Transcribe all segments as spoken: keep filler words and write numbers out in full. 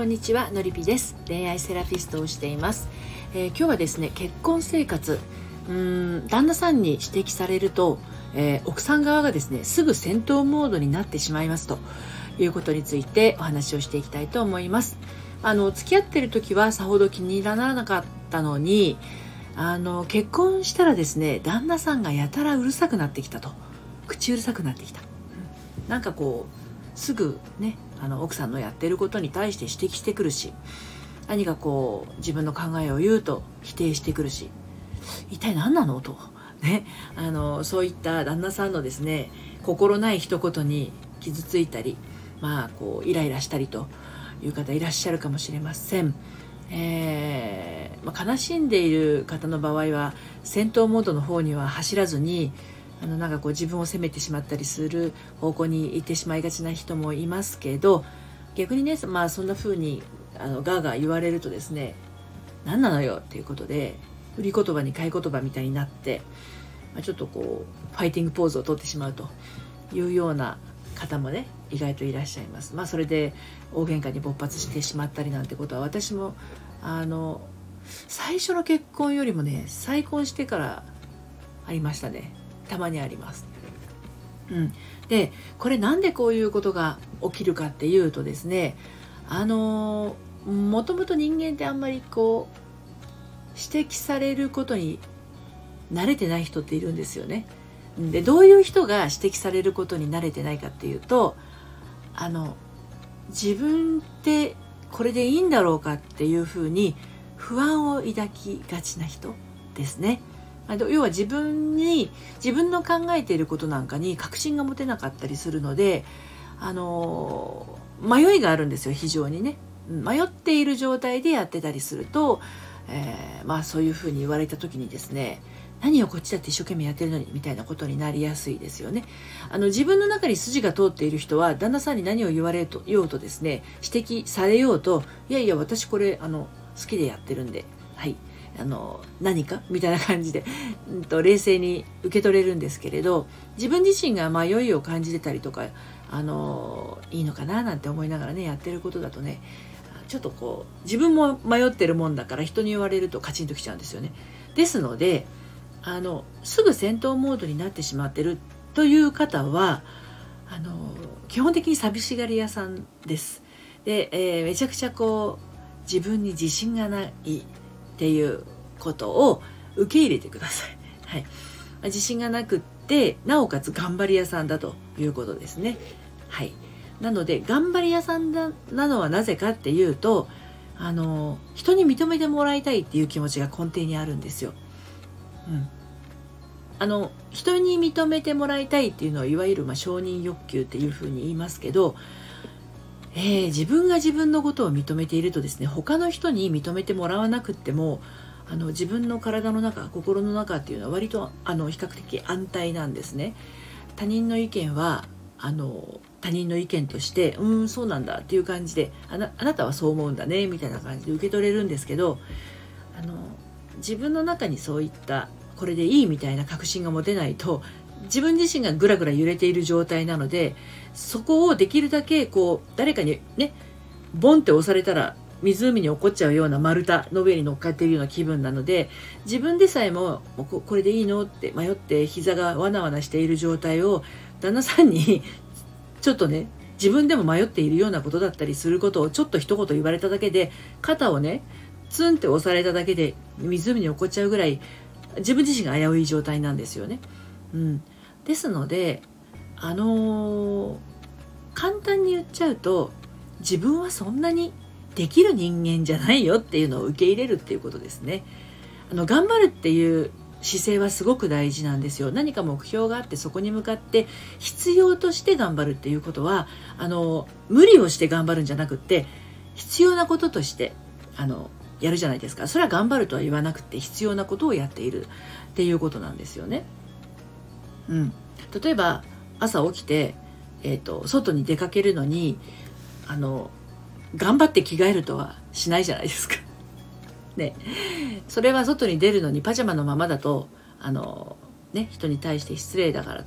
んにちは、のりぴです。恋愛セラピストをしています。えー、今日はですね、結婚生活うーん旦那さんに指摘されると、えー、奥さん側がですねすぐ戦闘モードになってしまいますということについてお話をしていきたいと思います。あの付き合ってる時はさほど気に入らなかったのに、あの結婚したらですね、旦那さんがやたらうるさくなってきたと、口うるさくなってきた、なんかこうすぐね、あの奥さんのやってることに対して指摘してくるし、何かこう自分の考えを言うと否定してくるし、一体何なのとね、あのそういった旦那さんのですね心ない一言に傷ついたり、まあこうイライラしたりという方いらっしゃるかもしれません。えーまあ、悲しんでいる方の場合は戦闘モードの方には走らずに、あのなんかこう自分を責めてしまったりする方向に行ってしまいがちな人もいますけど、逆にね、まあそんな風にあのガーガー言われるとですね、何なのよっていうことで売り言葉に買い言葉みたいになって、まあ、ちょっとこうファイティングポーズを取ってしまうというような方もね意外といらっしゃいます。まあそれで大喧嘩に勃発してしまったりなんてことは、私もあの最初の結婚よりもね再婚してからありましたね。たまにあります。うん、でこれなんでこういうことが起きるかっていうとですね、あのもともと人間ってあんまりこう指摘されることに慣れてない人っているんですよね。でどういう人が指摘されることに慣れてないかっていうと、あの自分ってこれでいいんだろうかっていうふうに不安を抱きがちな人ですね。要は自分に自分の考えていることなんかに確信が持てなかったりするので、あの迷いがあるんですよ、非常にね。迷っている状態でやってたりすると、えー、まあそういうふうに言われた時にですね、何をこっちだって一生懸命やってるのにみたいなことになりやすいですよね。あの自分の中に筋が通っている人は旦那さんに何を言われようとですね、指摘されようと、いやいや私これあの好きでやってるんで、はいあの何かみたいな感じで、うん、と冷静に受け取れるんですけれど、自分自身が迷いを感じてたりとか、あのいいのかななんて思いながらねやってることだとね、ちょっとこう自分も迷ってるもんだから人に言われるとカチンときちゃうんですよね。ですので、あのすぐ戦闘モードになってしまってるという方は、あの基本的に寂しがり屋さんです。で、えー、めちゃくちゃこう自分に自信がないっていうことを受け入れてください。はい、自信がなくってなおかつ頑張り屋さんだということですね。はい、なので頑張り屋さんだなのはなぜかっていうと、あの人に認めてもらいたいっていう気持ちが根底にあるんですよ。うん、あの人に認めてもらいたいっていうのは、いわゆるまあ承認欲求っていうふうに言いますけど、えー、自分が自分のことを認めているとですね、他の人に認めてもらわなくっても、あの自分の体の中、心の中っていうのは割とあの比較的安泰なんですね。他人の意見はあの他人の意見として、うーんそうなんだっていう感じで、あな、あなたはそう思うんだねみたいな感じで受け取れるんですけど、あの自分の中にそういったこれでいいみたいな確信が持てないと、自分自身がぐらぐら揺れている状態なので、そこをできるだけこう誰かにねボンって押されたら湖に落っこっちゃうような丸太の上に乗っかっているような気分なので、自分でさえもこれでいいのって迷って膝がわなわなしている状態を旦那さんにちょっとね、自分でも迷っているようなことだったりすることをちょっと一言言われただけで、肩をねツンって押されただけで湖に落っこっちゃうぐらい自分自身が危うい状態なんですよね。うん、ですので、あのー、簡単に言っちゃうと、自分はそんなにできる人間じゃないよっていうのを受け入れるっていうことですね。あの頑張るっていう姿勢はすごく大事なんですよ。何か目標があってそこに向かって必要として頑張るっていうことは、あの無理をして頑張るんじゃなくって、必要なこととしてあのやるじゃないですか。それは頑張るとは言わなくて必要なことをやっているっていうことなんですよね。うん、例えば朝起きて、えーと、外に出かけるのにあの頑張って着替えるとはしないじゃないですか。ね、それは外に出るのにパジャマのままだとあの、ね、人に対して失礼だからとか、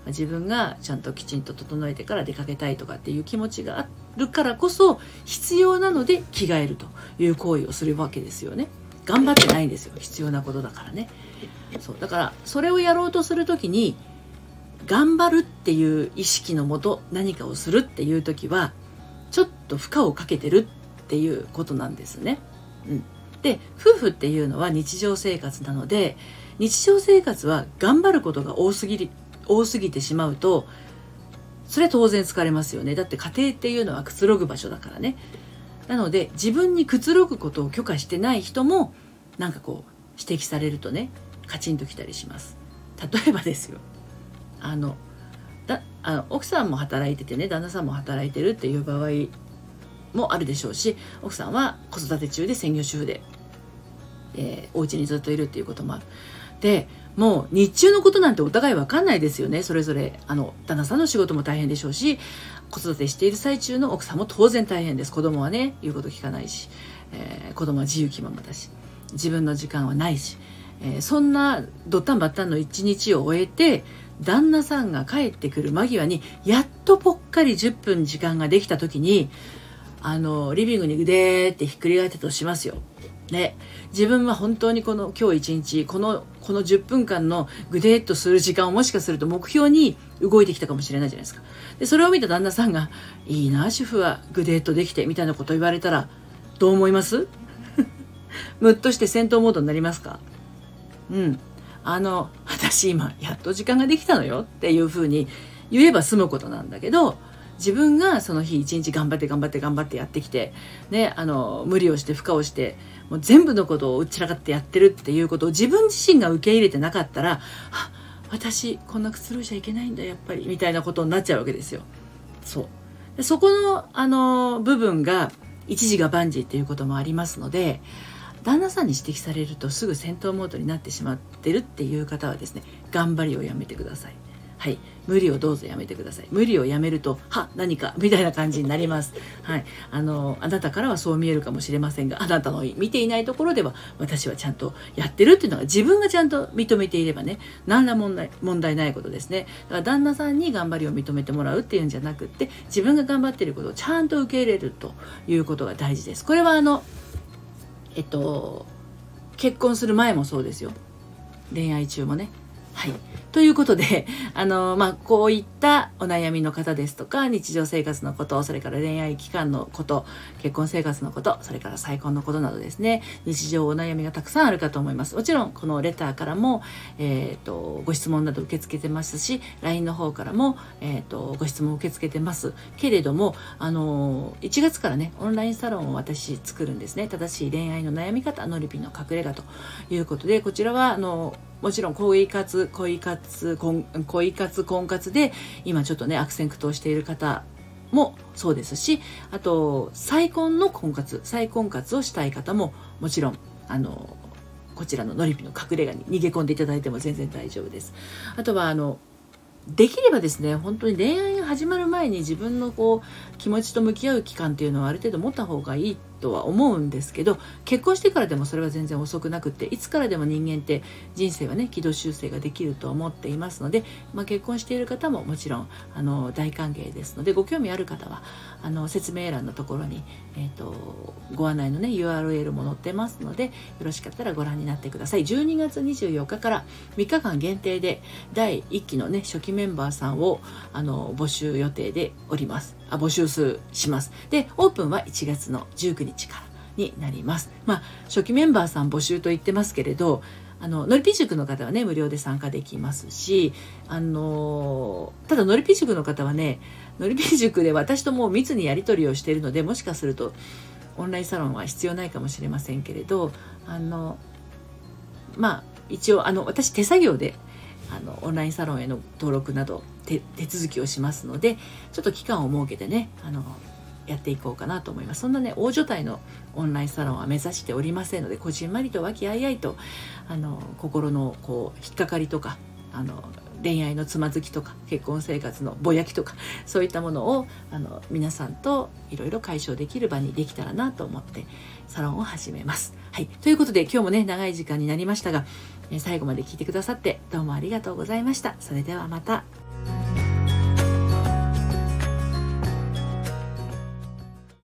自分がちゃんときちんと整えてから出かけたいとかっていう気持ちがあるからこそ必要なので着替えるという行為をするわけですよね。頑張ってないんですよ、必要なことだからね。そうだからそれをやろうとするときに頑張るっていう意識のもと何かをするっていう時はちょっと負荷をかけてるっていうことなんですね。うん、で夫婦っていうのは日常生活なので、日常生活は頑張ることが多すぎる多すぎてしまうとそれは当然疲れますよね。だって家庭っていうのはくつろぐ場所だからね。なので自分にくつろぐことを許可してない人もなんかこう指摘されるとねカチンときたりします。例えばですよ、あのだあの奥さんも働いててね、旦那さんも働いてるっていう場合もあるでしょうし、奥さんは子育て中で専業主婦で、えー、お家にずっといるっていうこともある。でもう日中のことなんてお互い分かんないですよね。それぞれあの旦那さんの仕事も大変でしょうし、子育てしている最中の奥さんも当然大変です。子供はね言うこと聞かないし、えー、子供は自由気ままだし、自分の時間はないし、えー、そんなドッタンバッタンの一日を終えて旦那さんが帰ってくる間際にやっとぽっかりじゅっぷん時間ができた時にあのリビングにぐでーってひっくり返ってとしますよ。ね、自分は本当にこの今日一日このこのじゅっぷんかんのぐでーっとする時間をもしかすると目標に動いてきたかもしれないじゃないですか。でそれを見た旦那さんがいいな主婦はぐでーっとできてみたいなことを言われたらどう思いますムッとして戦闘モードになりますか？うんあの私今やっと時間ができたのよっていうふうに言えば済むことなんだけど、自分がその日一日頑張って頑張って頑張ってやってきて、ね、あの無理をして負荷をしてもう全部のことをうっちらかってやってるっていうことを自分自身が受け入れてなかったら、あ私こんなくつろいじゃいけないんだやっぱりみたいなことになっちゃうわけですよ。そうでそこのあの部分が一時が万事っていうこともありますので、旦那さんに指摘されるとすぐ戦闘モードになってしまってるっていう方はですね、頑張りをやめてください。はい、無理をどうぞやめてください。無理をやめるとは何かみたいな感じになります。はい、あのあなたからはそう見えるかもしれませんが、あなたの見ていないところでは私はちゃんとやってるっていうのが自分がちゃんと認めていればね、何ら問題問題ないことですね。だから旦那さんに頑張りを認めてもらうっていうんじゃなくって、自分が頑張っていることをちゃんと受け入れるということが大事です。これはあのえっと結婚する前もそうですよ。恋愛中もね。はい。ということで、あの、まあ、こういったお悩みの方ですとか、日常生活のこと、それから恋愛期間のこと、結婚生活のこと、それから再婚のことなどですね、日常お悩みがたくさんあるかと思います。もちろん、このレターからも、えっと、ご質問など受け付けてますし、ライン の方からも、えっと、ご質問受け付けてますけれども、あの、いちがつからね、オンラインサロンを私作るんですね。正しい恋愛の悩み方、のりぴの隠れ家ということで、こちらは、あの、もちろん恋活恋活婚恋活婚活で今ちょっとね悪戦苦闘している方もそうですし、あと再婚の婚活再婚活をしたい方ももちろんあのこちらののりぴの隠れ家に逃げ込んでいただいても全然大丈夫です。あとはあのできればですね、本当に恋愛が始まる前に自分のこう気持ちと向き合う期間っていうのはある程度持った方がいいとは思うんですけど、結婚してからでもそれは全然遅くなくって、いつからでも人間って人生はね軌道修正ができると思っていますので、まあ、結婚している方ももちろんあの大歓迎ですので、ご興味ある方はあの説明欄のところに、えー、とご案内のね ユーアールエル も載ってますので、よろしかったらご覧になってください。じゅうにがつにじゅうよっかからみっかかん限定でだいいっきのね初期メンバーさんをあの募集予定でおります。あ募集数します。でオープンはいちがつのじゅうくにちからになります。まあ初期メンバーさん募集と言ってますけれど、あののりぴ塾の方はね無料で参加できますし、あのただのりぴ塾の方はねのりぴ塾で私ともう密にやり取りをしているので、もしかするとオンラインサロンは必要ないかもしれませんけれど、あのまあ一応あの私手作業であのオンラインサロンへの登録など 手, 手続きをしますので、ちょっと期間を設けてねあのやっていこうかなと思います。そんなね大所帯のオンラインサロンは目指しておりませんので、こじんまりと和気あいあいとあの心のこう引っかかりとかあの恋愛のつまずきとか結婚生活のぼやきとかそういったものをあの皆さんといろいろ解消できる場にできたらなと思ってサロンを始めます。はい、ということで今日もね長い時間になりましたが、最後まで聞いてくださってどうもありがとうございました。それではまた。